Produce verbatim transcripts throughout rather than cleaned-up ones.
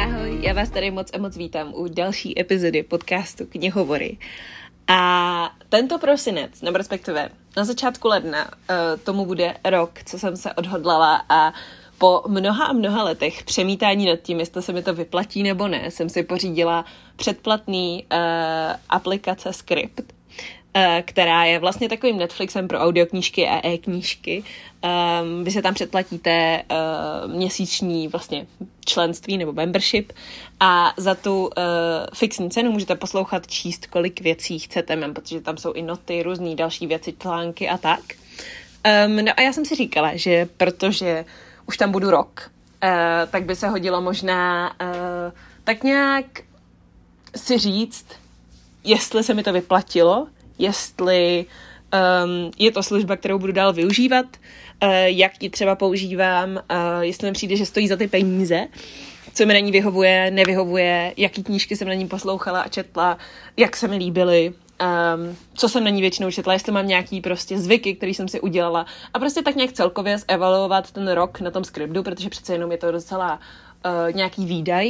Ahoj, já vás tady moc a moc vítám u další epizody podcastu Knihovory. A tento prosinec, nebo respektive na začátku ledna, tomu bude rok, co jsem se odhodlala a po mnoha a mnoha letech přemítání nad tím, jestli se mi to vyplatí nebo ne, jsem si pořídila předplatný uh, aplikace Script, uh, která je vlastně takovým Netflixem pro audioknížky a e-knížky. Um, vy se tam předplatíte uh, měsíční vlastně členství nebo membership a za tu uh, fixní cenu můžete poslouchat, číst, kolik věcí chcete, protože tam jsou i noty, různý další věci, články a tak. Um, no a já jsem si říkala, že protože už tam budu rok, uh, tak by se hodilo možná uh, tak nějak si říct, jestli se mi to vyplatilo, jestli um, je to služba, kterou budu dál využívat, uh, jak ji třeba používám, uh, jestli mi přijde, že stojí za ty peníze, co mi na ní vyhovuje, nevyhovuje, jaký knížky jsem na ní poslouchala a četla, jak se mi líbily, Um, co jsem na ní většinou četla, jestli mám nějaký prostě zvyky, které jsem si udělala a prostě tak nějak celkově zevaluovat ten rok na tom Scriptu, protože přece jenom je to docela uh, nějaký výdaj.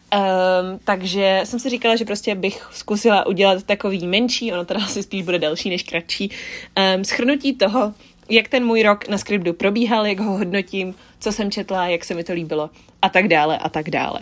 Um, takže jsem si říkala, že prostě bych zkusila udělat takový menší, ono teda asi spíš bude delší než kratší, um, shrnutí toho, jak ten můj rok na Scriptu probíhal, jak ho hodnotím, co jsem četla, jak se mi to líbilo a tak dále a tak dále.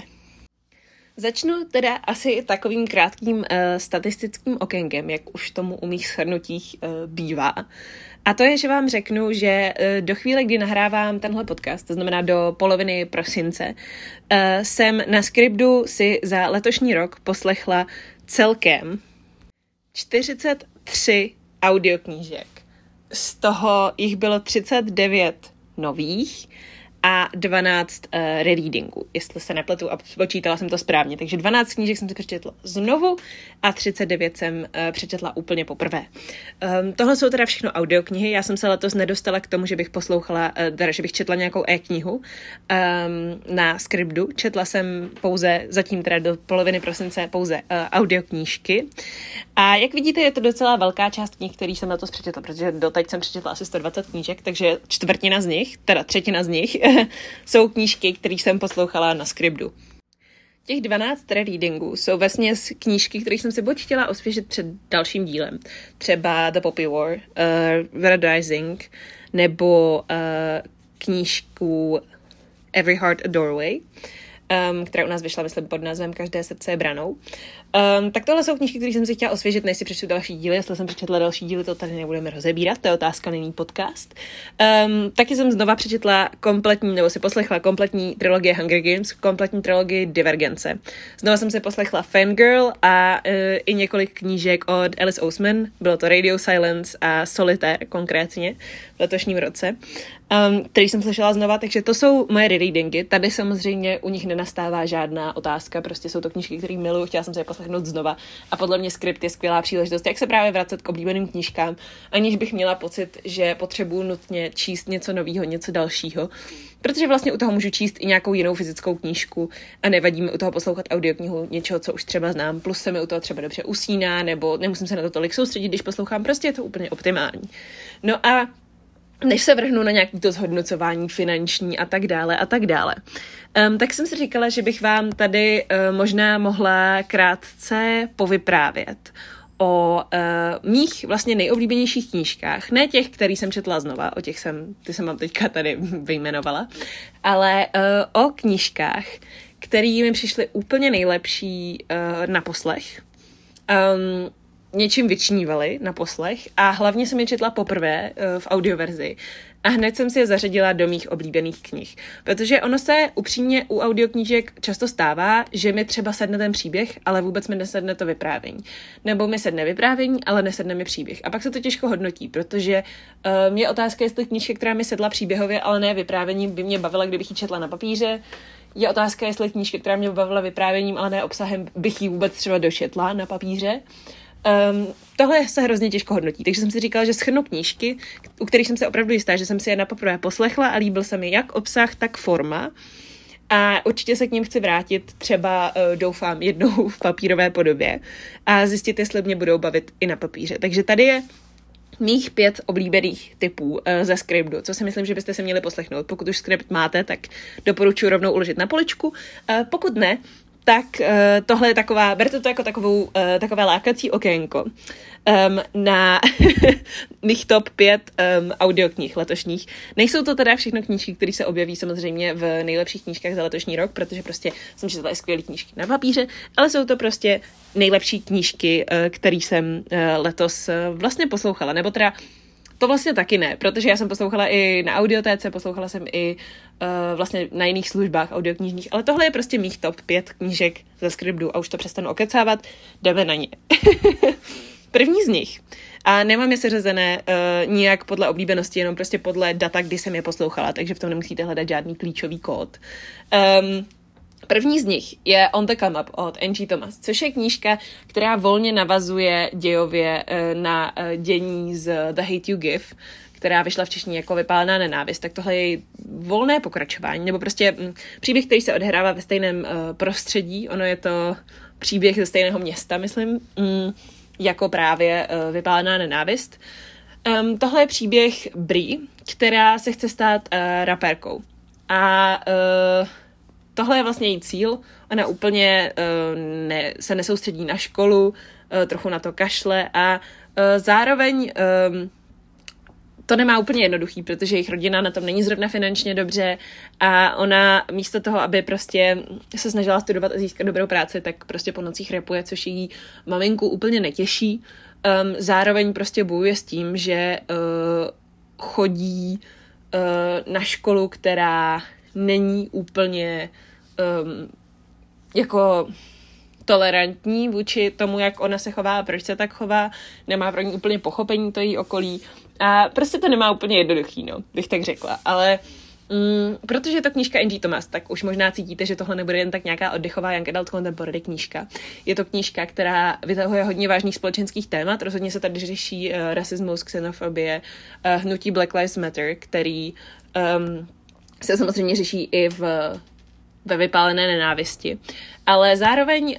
Začnu teda asi takovým krátkým uh, statistickým okénkem, jak už tomu u mých shrnutích uh, bývá. A to je, že vám řeknu, že uh, do chvíle, kdy nahrávám tenhle podcast, to znamená do poloviny prosince, uh, jsem na Scriptu si za letošní rok poslechla celkem čtyřicet tři audioknížek. Z toho jich bylo třicet devět nových a dvanáct uh, rereadingů, jestli se nepletu a počítala jsem to správně. Takže dvanáct knížek jsem si přečetla znovu a třicet devět jsem uh, přečetla úplně poprvé. Um, tohle jsou teda všechno audioknihy. Já jsem se letos nedostala k tomu, že bych poslouchala, uh, teda, že bych četla nějakou e-knihu um, na Scriptu. Četla jsem pouze, zatím teda do poloviny prosince, pouze uh, audioknížky. A jak vidíte, je to docela velká část knih, který jsem letos přečetla, protože doteď jsem přečetla asi sto dvacet knížek, takže čtvrtina z nich, teda třetina z nich, jsou knížky, které jsem poslouchala na Scriptu. Těch dvanáct readingů jsou vesměs knížky, které jsem si buď chtěla osvěžit před dalším dílem. Třeba The Poppy War, uh, Red Rising, nebo uh, knížku Every Heart a Doorway, um, která u nás vyšla, myslím, pod názvem Každé srdce je branou. Um, tak tohle jsou knížky, které jsem si chtěla osvěžit, než si přečtu další díly. Jestli jsem přečetla další díly, to tady nebudeme rozebírat, to je otázka, není podcast. Um, taky jsem znova přečetla kompletní, nebo si poslechla kompletní trilogie Hunger Games, kompletní trilogii Divergence. Znova jsem si poslechla Fangirl a uh, i několik knížek od Alice Oseman, bylo to Radio Silence a Solitaire konkrétně v letošním roce, um, který jsem slyšela znova, takže to jsou moje rereadingy. Tady samozřejmě u nich nenastává žádná otázka, prostě jsou to knížky, které miluji, chtěla jsem se je poslechnout znova a podle mě Script je skvělá příležitost, jak se právě vracet k oblíbeným knížkám, aniž bych měla pocit, že potřebuji nutně číst něco nového, něco dalšího, protože vlastně u toho můžu číst i nějakou jinou fyzickou knížku a nevadí mi u toho poslouchat audioknihu něčeho, co už třeba znám, plus se mi u toho třeba dobře usíná, nebo nemusím se na to tolik soustředit, když poslouchám, prostě je to úplně optimální. No a než se vrhnu na nějaké to zhodnocování finanční a tak dále a tak dále. Um, tak jsem si říkala, že bych vám tady uh, možná mohla krátce povyprávět o uh, mých vlastně nejoblíbenějších knížkách, ne těch, který jsem četla znova, o těch jsem, ty jsem vám teďka tady vyjmenovala, ale uh, o knížkách, které mi přišly úplně nejlepší uh, na poslech. Um, něčím vyčnívaly na poslech a hlavně jsem je četla poprvé uh, v audioverzi a hned jsem si je zařadila do mých oblíbených knih. Protože ono se upřímně u audioknížek často stává, že mi třeba sedne ten příběh, ale vůbec mi nesedne to vyprávění. Nebo mi sedne vyprávění, ale nesedne mi příběh. A pak se to těžko hodnotí, protože uh, je otázka, jestli knížka, která mi sedla příběhově, ale ne vyprávěním, by mě bavila, kdybych ji četla na papíře. Je otázka, jestli knížka, která mě bavila vyprávěním, ale ne obsahem, bych ji vůbec třeba dočetla na papíře. Um, tohle se hrozně těžko hodnotí, takže jsem si říkala, že shrnu knížky, u kterých jsem se opravdu jistá, že jsem si je napoprvé poslechla a líbil se mi jak obsah, tak forma a určitě se k ním chci vrátit třeba, uh, doufám, jednou v papírové podobě a zjistit, jestli mě budou bavit i na papíře. Takže tady je mých pět oblíbených typů uh, ze Scribdu, co si myslím, že byste se měli poslechnout. Pokud už Scribd máte, tak doporučuji rovnou uložit na poličku. Uh, pokud ne, tak uh, tohle je taková, berte to jako takovou, uh, takové lákací okénko um, na mých top pět um, audioknih letošních. Nejsou to teda všechno knížky, které se objeví samozřejmě v nejlepších knížkách za letošní rok, protože prostě jsem četla i skvělé knížky na papíře, ale jsou to prostě nejlepší knížky, uh, které jsem uh, letos uh, vlastně poslouchala, nebo teda to vlastně taky ne, protože já jsem poslouchala i na audiotéce, poslouchala jsem i uh, vlastně na jiných službách audioknižních, ale tohle je prostě mých top pět knížek ze Scribdu a už to přestanu okecávat, jdeme na ně. První z nich, a nemám je seřazené uh, nijak podle oblíbenosti, jenom prostě podle data, kdy jsem je poslouchala, takže v tom nemusíte hledat žádný klíčový kód. Um, První z nich je On the Come Up od Angie Thomas, což je knížka, která volně navazuje dějově na dění z The Hate You Give, která vyšla v češtině jako Vypálená nenávist. Tak tohle je volné pokračování, nebo prostě příběh, který se odehrává ve stejném prostředí. Ono je to příběh ze stejného města, myslím, jako právě Vypálená nenávist. Um, tohle je příběh Brie, která se chce stát uh, rapérkou. A uh, tohle je vlastně její cíl. Ona úplně uh, ne, se nesoustředí na školu, uh, trochu na to kašle a uh, zároveň um, to nemá úplně jednoduchý, protože jejich rodina na tom není zrovna finančně dobře a ona místo toho, aby prostě se snažila studovat a získat dobrou práci, tak prostě po nocích rapuje, což její maminku úplně netěší. Um, zároveň prostě bojuje s tím, že uh, chodí uh, na školu, která není úplně um, jako tolerantní vůči tomu, jak ona se chová a proč se tak chová, nemá pro ní úplně pochopení to její okolí a prostě to nemá úplně jednoduchý, no, bych tak řekla, ale mm, protože je to knížka Angie Thomas, tak už možná cítíte, že tohle nebude jen tak nějaká oddechová young adult contemporary knížka. Je to knížka, která vytahuje hodně vážných společenských témat, rozhodně se tady řeší uh, rasismus, xenofobie, uh, hnutí Black Lives Matter, který um, se samozřejmě řeší i v, ve Vypálené nenávisti. Ale zároveň uh,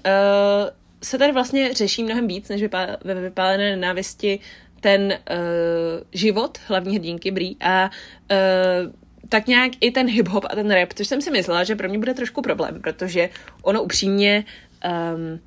se tady vlastně řeší mnohem víc, než vypá, ve Vypálené nenávisti ten uh, život hlavní hrdinky Brie a uh, tak nějak i ten hip-hop a ten rap, což jsem si myslela, že pro mě bude trošku problém, protože ono upřímně um,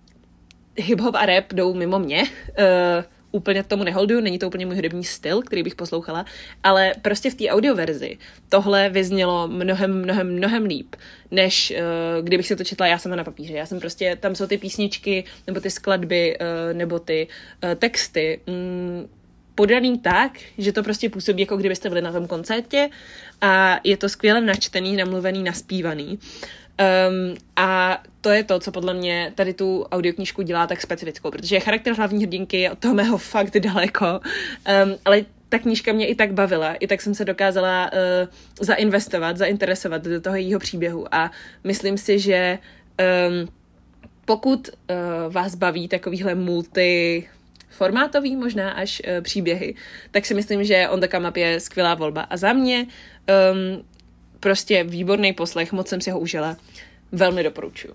hip-hop a rap jdou mimo mě, uh, úplně tomu neholduju, není to úplně můj hudební styl, který bych poslouchala, ale prostě v té audioverzi tohle vyznělo mnohem, mnohem, mnohem líp, než uh, kdybych si to četla já sama na papíře. Já jsem prostě, tam jsou ty písničky, nebo ty skladby, uh, nebo ty uh, texty mm, podaný tak, že to prostě působí, jako kdybyste byli na tom koncertě a je to skvěle načtený, namluvený, naspívaný. Um, a to je to, co podle mě tady tu audioknížku dělá tak specifickou, protože charakter hlavní hrdinky je od toho mého fakt daleko, um, ale ta knížka mě i tak bavila, i tak jsem se dokázala uh, zainvestovat, zainteresovat do toho jejího příběhu a myslím si, že um, pokud uh, vás baví takovýhle multi formátový možná až uh, příběhy, tak si myslím, že On the Come Up je skvělá volba a za mě um, prostě výborný poslech, moc jsem si ho užila. Velmi doporučuji.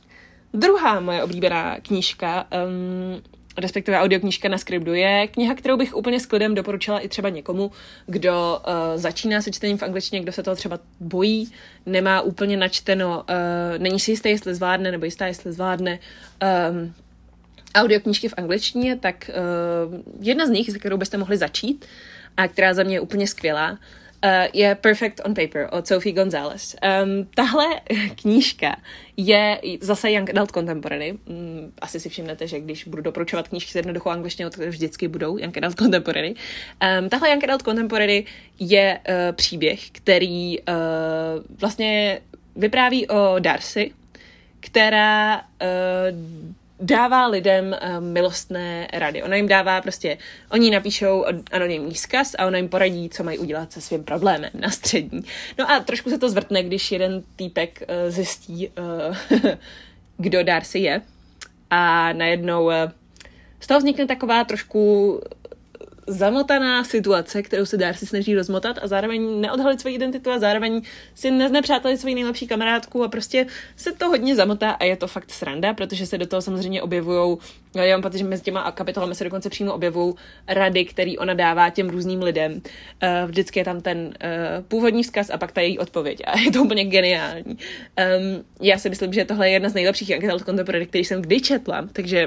Druhá moje oblíbená knížka, um, respektive audioknížka na Scribdu, je kniha, kterou bych úplně s klidem doporučila i třeba někomu, kdo uh, začíná se čtením v angličtině, kdo se toho třeba bojí, nemá úplně načteno, uh, není si jistý, jestli zvládne, nebo jistá, jestli zvládne um, audioknížky v angličtině, tak uh, jedna z nich, se kterou byste mohli začít a která za mě je úplně skvělá, Uh, je Perfect on Paper od Sophie González. Um, tahle knížka je zase Young Adult Contemporary. Um, asi si všimnete, že když budu doporučovat knížky s jednoduchou angličtinou, tak vždycky budou Young Adult Contemporary. Um, tahle Young Adult Contemporary je uh, příběh, který uh, vlastně vypráví o Darcy, která uh, dává lidem uh, milostné rady. Ona jim dává prostě, oni napíšou anonymní vzkaz a ona jim poradí, co mají udělat se svým problémem na střední. No a trošku se to zvrtne, když jeden týpek uh, zjistí, uh, kdo Darcy je a najednou uh, z toho vznikne taková trošku zamotaná situace, kterou se Darcy snaží rozmotat a zároveň neodhalit svoji identitu a zároveň si neznepřátelit svoji nejlepší kamarádku a prostě se to hodně zamotá a je to fakt sranda, protože se do toho samozřejmě objevujou, já mám pocit, že mezi těma kapitolami se dokonce přímo objevují rady, které ona dává těm různým lidem. Vždycky je tam ten původní vzkaz a pak ta její odpověď a je to úplně geniální. Um, já si myslím, že tohle je jedna z nejlepších young adult contemporary, který jsem kdy četla, takže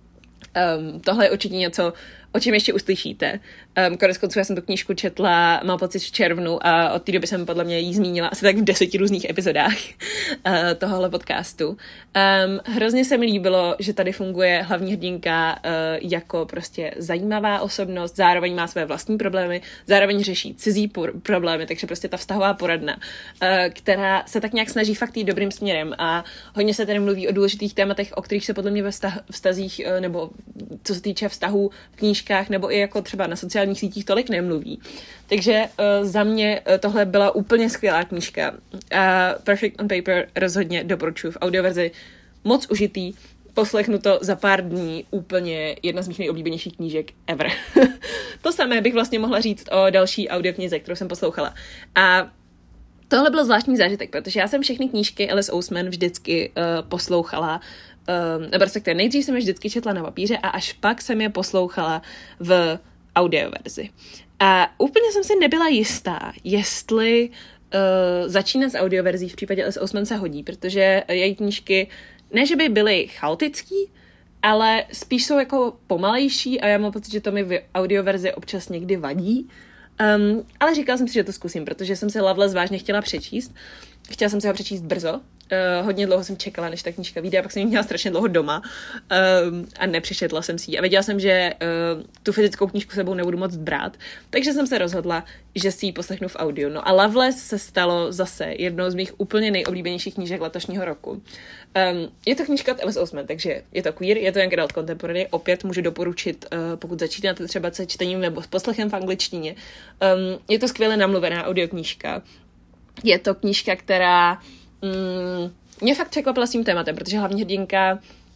um, tohle je určitě něco, o čem ještě uslyšíte. Um, konec konců já jsem tu knížku četla, mám pocit v červnu a od té doby jsem podle mě jí zmínila asi tak v deseti různých epizodách uh, tohohle podcastu. Um, hrozně se mi líbilo, že tady funguje hlavní hrdinka uh, jako prostě zajímavá osobnost, zároveň má své vlastní problémy, zároveň řeší cizí por- problémy, takže prostě ta vztahová poradna, uh, která se tak nějak snaží fakt jít dobrým směrem a hodně se tady mluví o důležitých tématech, o kterých se podle mě ve vztah- vztazích uh, nebo co se týče vztahů v knížkách nebo i jako třeba na sociálních sítích tolik nemluví. Takže uh, za mě uh, tohle byla úplně skvělá knížka. Uh, Perfect on Paper rozhodně doporučuji v audioverzi. Moc užitý. Poslechnu to za pár dní. Úplně jedna z mých nejoblíbenějších knížek ever. To samé bych vlastně mohla říct o další audioknize, kterou jsem poslouchala. A tohle byl zvláštní zážitek, protože já jsem všechny knížky Alice Oseman vždycky uh, poslouchala, uh, nebo respektive nejdřív jsem je vždycky četla na papíře a až pak jsem je poslouchala v audioverzi. A úplně jsem si nebyla jistá, jestli uh, začínat s audioverzí v případě Alice Oseman se hodí, protože její knížky ne, že by byly chaotický, ale spíš jsou jako pomalejší a já mám pocit, že to mi v audioverzi občas někdy vadí. Um, ale říkala jsem si, že to zkusím, protože jsem si Loveless vážně chtěla přečíst. Chtěla jsem si ho přečíst brzo. Uh, hodně dlouho jsem čekala, než ta knížka vyjde, a pak jsem ji měla strašně dlouho doma um, a nepřečetla jsem si ji. A věděla jsem, že uh, tu fyzickou knížku sebou nebudu moc brát, takže jsem se rozhodla, že si ji poslechnu v audiu. No a Loveless se stalo zase jednou z mých úplně nejoblíbenějších knížek letošního roku. Um, je to knížka od Alice Oseman, takže je to queer, je to young adult contemporary. Opět můžu doporučit, uh, pokud začínáte třeba se čtením nebo s poslechem v angličtině. Um, je to skvěle namluvená audioknížka. Je to knížka, která mm, mě fakt překvapila svým tématem, protože hlavní hrdinka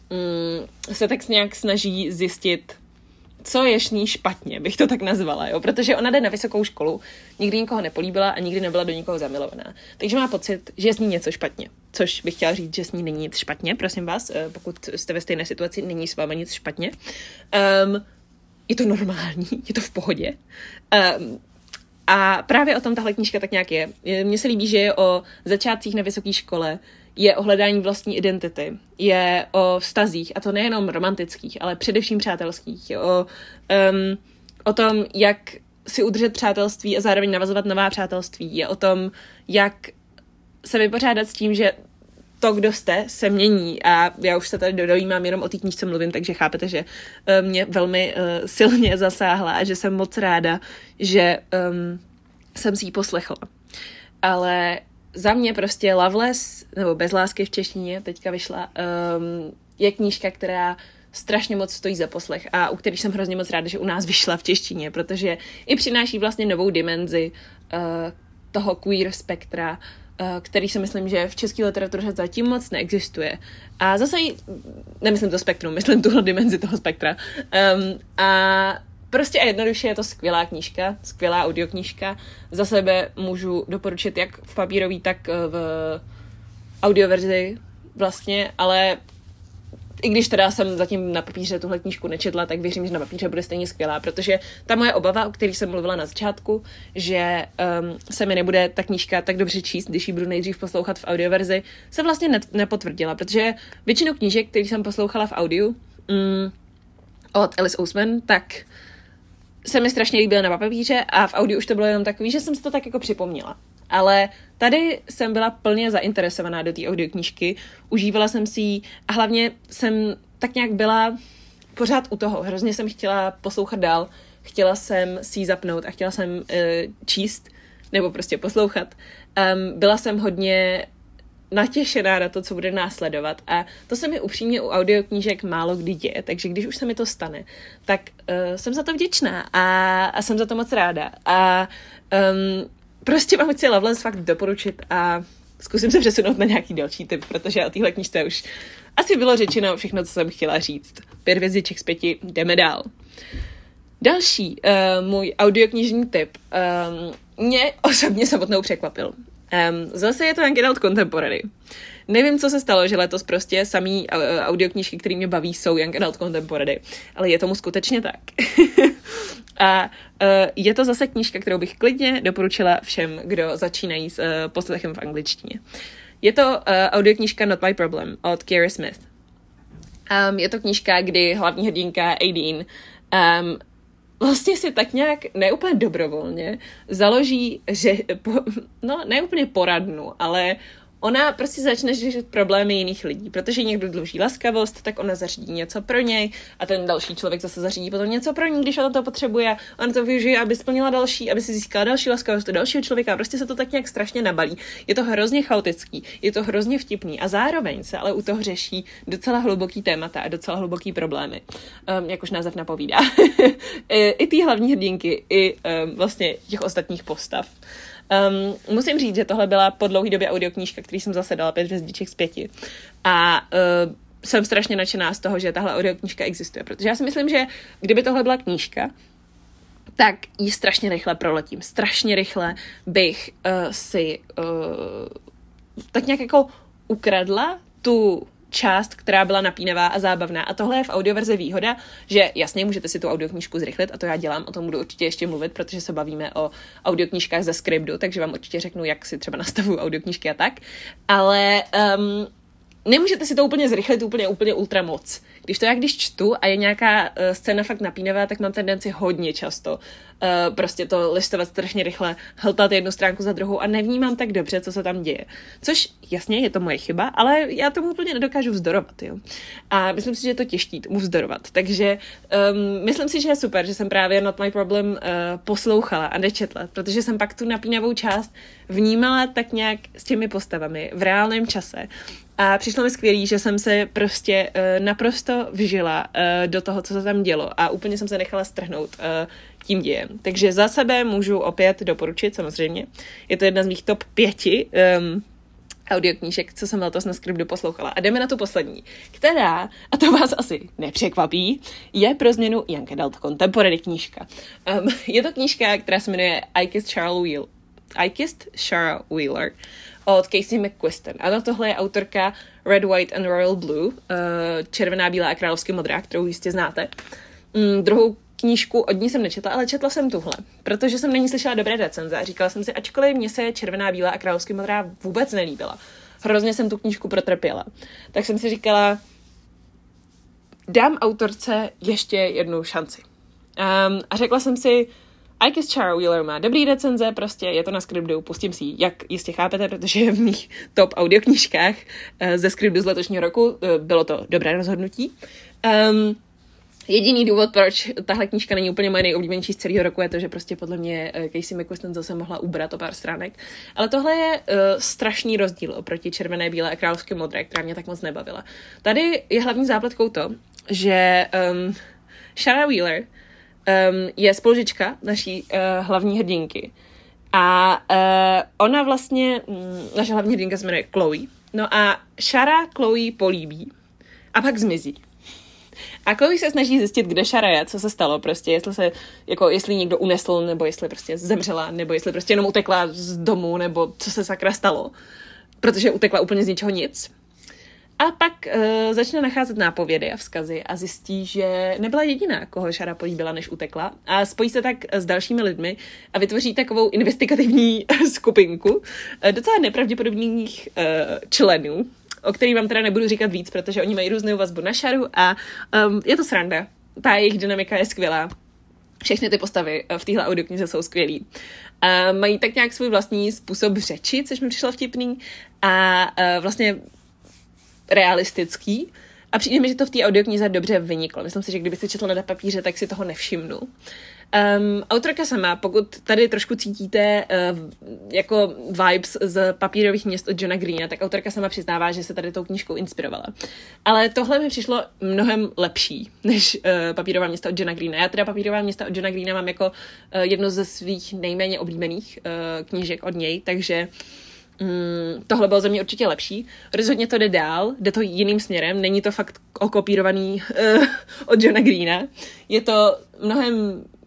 mm, se tak nějak snaží zjistit, co je s ní špatně, bych to tak nazvala, jo? Protože ona jde na vysokou školu, nikdy nikoho nepolíbila a nikdy nebyla do nikoho zamilovaná. Takže má pocit, že je s ní něco špatně. Což bych chtěla říct, že s ní není nic špatně, prosím vás, pokud jste ve stejné situaci, není s váma nic špatně. Um, je to normální, je to v pohodě. Um, A právě o tom tahle knížka tak nějak je. Mně se líbí, že je o začátcích na vysoké škole, je o hledání vlastní identity, je o vztazích, a to nejenom romantických, ale především přátelských. Je o, um, o tom, jak si udržet přátelství a zároveň navazovat nová přátelství. Je o tom, jak se vypořádat s tím, že to, kdo jste, se mění a já už se tady dojímám jenom o té knížce mluvím, takže chápete, že uh, mě velmi uh, silně zasáhla a že jsem moc ráda, že um, jsem si ji poslechla. Ale za mě prostě Loveless, nebo Bez lásky v češtině, teďka vyšla, um, je knížka, která strašně moc stojí za poslech a u kterých jsem hrozně moc ráda, že u nás vyšla v češtině, protože i přináší vlastně novou dimenzi uh, toho queer spektra, který si myslím, že v české literatuře zatím moc neexistuje. A zase, nemyslím to spektrum, myslím tuhle dimenzi toho spektra. Um, a prostě a jednoduše je to skvělá knížka, skvělá audioknížka. Za sebe můžu doporučit jak v papírový, tak v audioverzi vlastně, ale i když teda jsem zatím na papíře tuhle knížku nečetla, tak věřím, že na papíře bude stejně skvělá, protože ta moje obava, o které jsem mluvila na začátku, že um, se mi nebude ta knížka tak dobře číst, když ji budu nejdřív poslouchat v audioverzi, se vlastně ne- nepotvrdila, protože většinu knížek, které jsem poslouchala v audiu um, od Alice Oseman, tak se mi strašně líbila na papíře a v audiu už to bylo jenom takový, že jsem si to tak jako připomněla. Ale tady jsem byla plně zainteresovaná do té audioknížky, užívala jsem si ji a hlavně jsem tak nějak byla pořád u toho. Hrozně jsem chtěla poslouchat dál, chtěla jsem si ji zapnout a chtěla jsem uh, číst nebo prostě poslouchat. Um, byla jsem hodně natěšená na to, co bude následovat a to se mi upřímně u audioknížek málo kdy děje, takže když už se mi to stane, tak uh, jsem za to vděčná a, a jsem za to moc ráda a um, prostě vám chci Loveless fakt doporučit a zkusím se přesunout na nějaký další tip, protože o téhle knížce už asi bylo řečeno všechno, co jsem chtěla říct. Pět hvězdiček z pěti, jdeme dál. Další uh, můj audioknižní tip um, mě osobně samotnou překvapil. Um, zase je to Young Adult Contemporary. Nevím, co se stalo, že letos prostě samý uh, audioknížky, které mě baví, jsou Young Adult Contemporary, ale je tomu skutečně tak. A uh, je to zase knížka, kterou bych klidně doporučila všem, kdo začínají s uh, poslechem v angličtině. Je to uh, audioknížka Not My Problem od Kiera Smith. Um, je to knížka, kdy hlavní hrdinka Aideen um, vlastně si tak nějak neúplně dobrovolně založí, že, po, no ne úplně poradnu, ale ona prostě začne řešit problémy jiných lidí, protože někdo dluží laskavost, tak ona zařídí něco pro něj a ten další člověk zase zařídí potom něco pro ní, když ona to potřebuje. Ona to využije, aby splnila další, aby si získala další laskavost od dalšího člověka. Prostě se to tak nějak strašně nabalí. Je to hrozně chaotický, je to hrozně vtipný a zároveň se ale u toho řeší docela hluboký témata a docela hluboký problémy. Um, jak už název napovídá. I ty hlavní hrdinky, i um, vlastně těch ostatních postav. Um, musím říct, že tohle byla po dlouhé době audioknížka, který jsem zase dala pět hvězdiček z pěti. A uh, jsem strašně nadšená z toho, že tahle audioknížka existuje, protože já si myslím, že kdyby tohle byla knížka, tak ji strašně rychle proletím. Strašně rychle bych uh, si uh, tak nějak jako ukradla tu část, která byla napínavá a zábavná. A tohle je v audioverzi výhoda, že jasně můžete si tu audioknížku zrychlit a to já dělám, o tom budu určitě ještě mluvit, protože se bavíme o audioknížkách ze Scribdu, takže vám určitě řeknu, jak si třeba nastavuju audioknížky a tak. Ale um, nemůžete si to úplně zrychlit úplně, úplně ultra moc. Když to já když čtu a je nějaká uh, scéna fakt napínavá, tak mám tendenci hodně často uh, prostě to listovat strašně rychle, hltat jednu stránku za druhou a nevnímám tak dobře, co se tam děje. Což jasně, je to moje chyba, ale já tomu úplně nedokážu vzdorovat, jo. A myslím si, že je to těžké tomu vzdorovat. Takže um, myslím si, že je super, že jsem právě Not My Problem uh, poslouchala a nečetla, protože jsem pak tu napínavou část vnímala tak nějak s těmi postavami v reálném čase. A přišlo mi skvělý, že jsem se prostě uh, naprosto vžila uh, do toho, co se tam dělo a úplně jsem se nechala strhnout uh, tím dějem. Takže za sebe můžu opět doporučit, samozřejmě. Je to jedna z mých top pěti um, audioknížek, co jsem letos na Scribdu poslouchala. A jdeme na tu poslední, která, a to vás asi nepřekvapí, je pro změnu Young Adult Contemporary knížka. Um, je to knížka, která se jmenuje I Kissed Shara Wheeler. I Kissed Shara Wheeler od Casey McQuiston. Ano, tohle je autorka Red, White and Royal Blue, uh, Červená, bílá a královsky modrá, kterou jistě znáte. Mm, druhou knížku od ní jsem nečetla, ale četla jsem tuhle, protože jsem na ní slyšela dobré recenze a říkala jsem si, ačkoliv mně se Červená, bílá a královsky modrá vůbec nelíbila. Hrozně jsem tu knížku protrpěla. Tak jsem si říkala, dám autorce ještě jednu šanci. Um, a řekla jsem si, I Kissed Shara Wheeler má dobrý recenze, prostě je to na Scribdu, pustím si ji, jak jistě chápete, protože je v mých top audioknížkách ze Scribdu z letošního roku, bylo to dobré rozhodnutí. Um, jediný důvod, proč tahle knížka není úplně moje nejoblíbenější z celého roku, je to, že prostě podle mě Casey McQuiston zase mohla ubrat o pár stránek. Ale tohle je uh, strašný rozdíl oproti Červené, bílé a královské modré, která mě tak moc nebavila. Tady je hlavní zápletkou to, že um, Shara Wheeler Um, je spolužička naší uh, hlavní hrdinky. A uh, ona vlastně, um, naše hlavní hrdinka se jmenuje Chloe. No a Shara Chloe políbí. A pak zmizí. A Chloe se snaží zjistit, kde Shara je, co se stalo prostě, jestli se, jako jestli někdo unesl, nebo jestli prostě zemřela, nebo jestli prostě jenom utekla z domu, nebo co se sakra stalo. Protože utekla úplně z ničeho nic. A pak uh, začne nacházet nápovědy a vzkazy a zjistí, že nebyla jediná, koho Shara políbila, než utekla. A spojí se tak s dalšími lidmi a vytvoří takovou investigativní skupinku uh, docela nepravděpodobných uh, členů, o kterých vám teda nebudu říkat víc, protože oni mají různou vazbu na Sharu a um, je to sranda. Ta jejich dynamika je skvělá. Všechny ty postavy v téhle audioknize jsou skvělý. Uh, mají tak nějak svůj vlastní způsob řeči, což mi přišlo vtipný. A uh, vlastně realistický a přijde mi, že to v té audioknize dobře vyniklo. Myslím si, že kdybyste četl na papíře, tak si toho nevšimnu. Um, autorka sama, pokud tady trošku cítíte uh, jako vibes z Papírových měst od Johna Greena, tak autorka sama přiznává, že se tady tou knížkou inspirovala. Ale tohle mi přišlo mnohem lepší než uh, Papírová města od Johna Greena. Já teda Papírová města od Johna Greena mám jako uh, jedno ze svých nejméně oblíbených uh, knížek od něj, takže Mm, tohle bylo za mě určitě lepší. Rozhodně to jde dál, jde to jiným směrem, není to fakt okopírovaný uh, od Johna Greena. Je to mnohem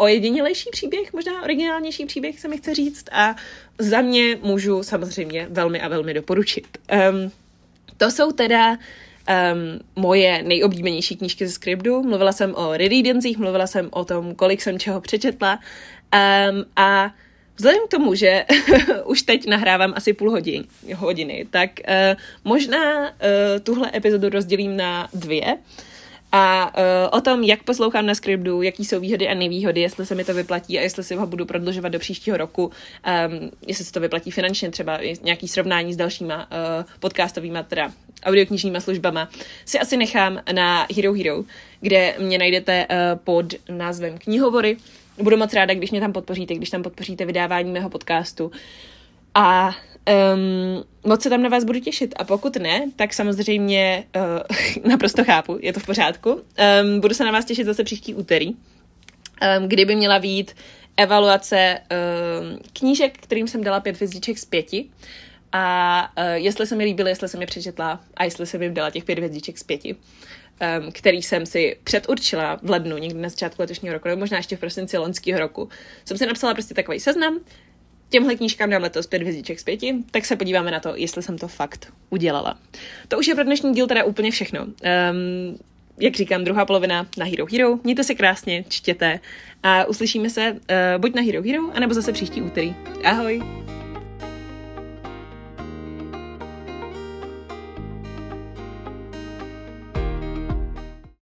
ojedinělejší příběh, možná originálnější příběh se mi chce říct a za mě můžu samozřejmě velmi a velmi doporučit. Um, to jsou teda um, moje nejoblíbenější knížky ze Scribdu. Mluvila jsem o rereadancích, mluvila jsem o tom, kolik jsem čeho přečetla um, a vzhledem k tomu, že už teď nahrávám asi půl hodin, hodiny, tak uh, možná uh, tuhle epizodu rozdělím na dvě a uh, o tom, jak poslouchám na Scribdu, jaký jsou výhody a nevýhody, jestli se mi to vyplatí a jestli si ho budu prodlužovat do příštího roku, um, jestli se to vyplatí finančně, třeba nějaký srovnání s dalšíma uh, podcastovýma, teda audioknižníma službama, si asi nechám na Hero Hero, kde mě najdete uh, pod názvem Knihovory. Budu moc ráda, když mě tam podpoříte, když tam podpoříte vydávání mého podcastu. A um, moc se tam na vás budu těšit. A pokud ne, tak samozřejmě uh, naprosto chápu, je to v pořádku. Um, budu se na vás těšit zase příští úterý, um, kdy by měla být evaluace um, knížek, kterým jsem dala pět hvězdiček z pěti. A uh, jestli se mi líbily, jestli jsem je přečetla a jestli jsem jim dala těch pět hvězdiček z pěti. Um, který jsem si předurčila v lednu, někdy na začátku letošního roku, nebo možná ještě v prosinci loňského roku. Jsem si napsala prostě takový seznam, těmhle knížkám dám letos pět hvězdiček z pěti, tak se podíváme na to, jestli jsem to fakt udělala. To už je pro dnešní díl teda úplně všechno. Um, jak říkám, druhá polovina na Hero Hero. Mějte se krásně, čtěte a uslyšíme se uh, buď na Hero Hero, anebo zase příští úterý. Ahoj!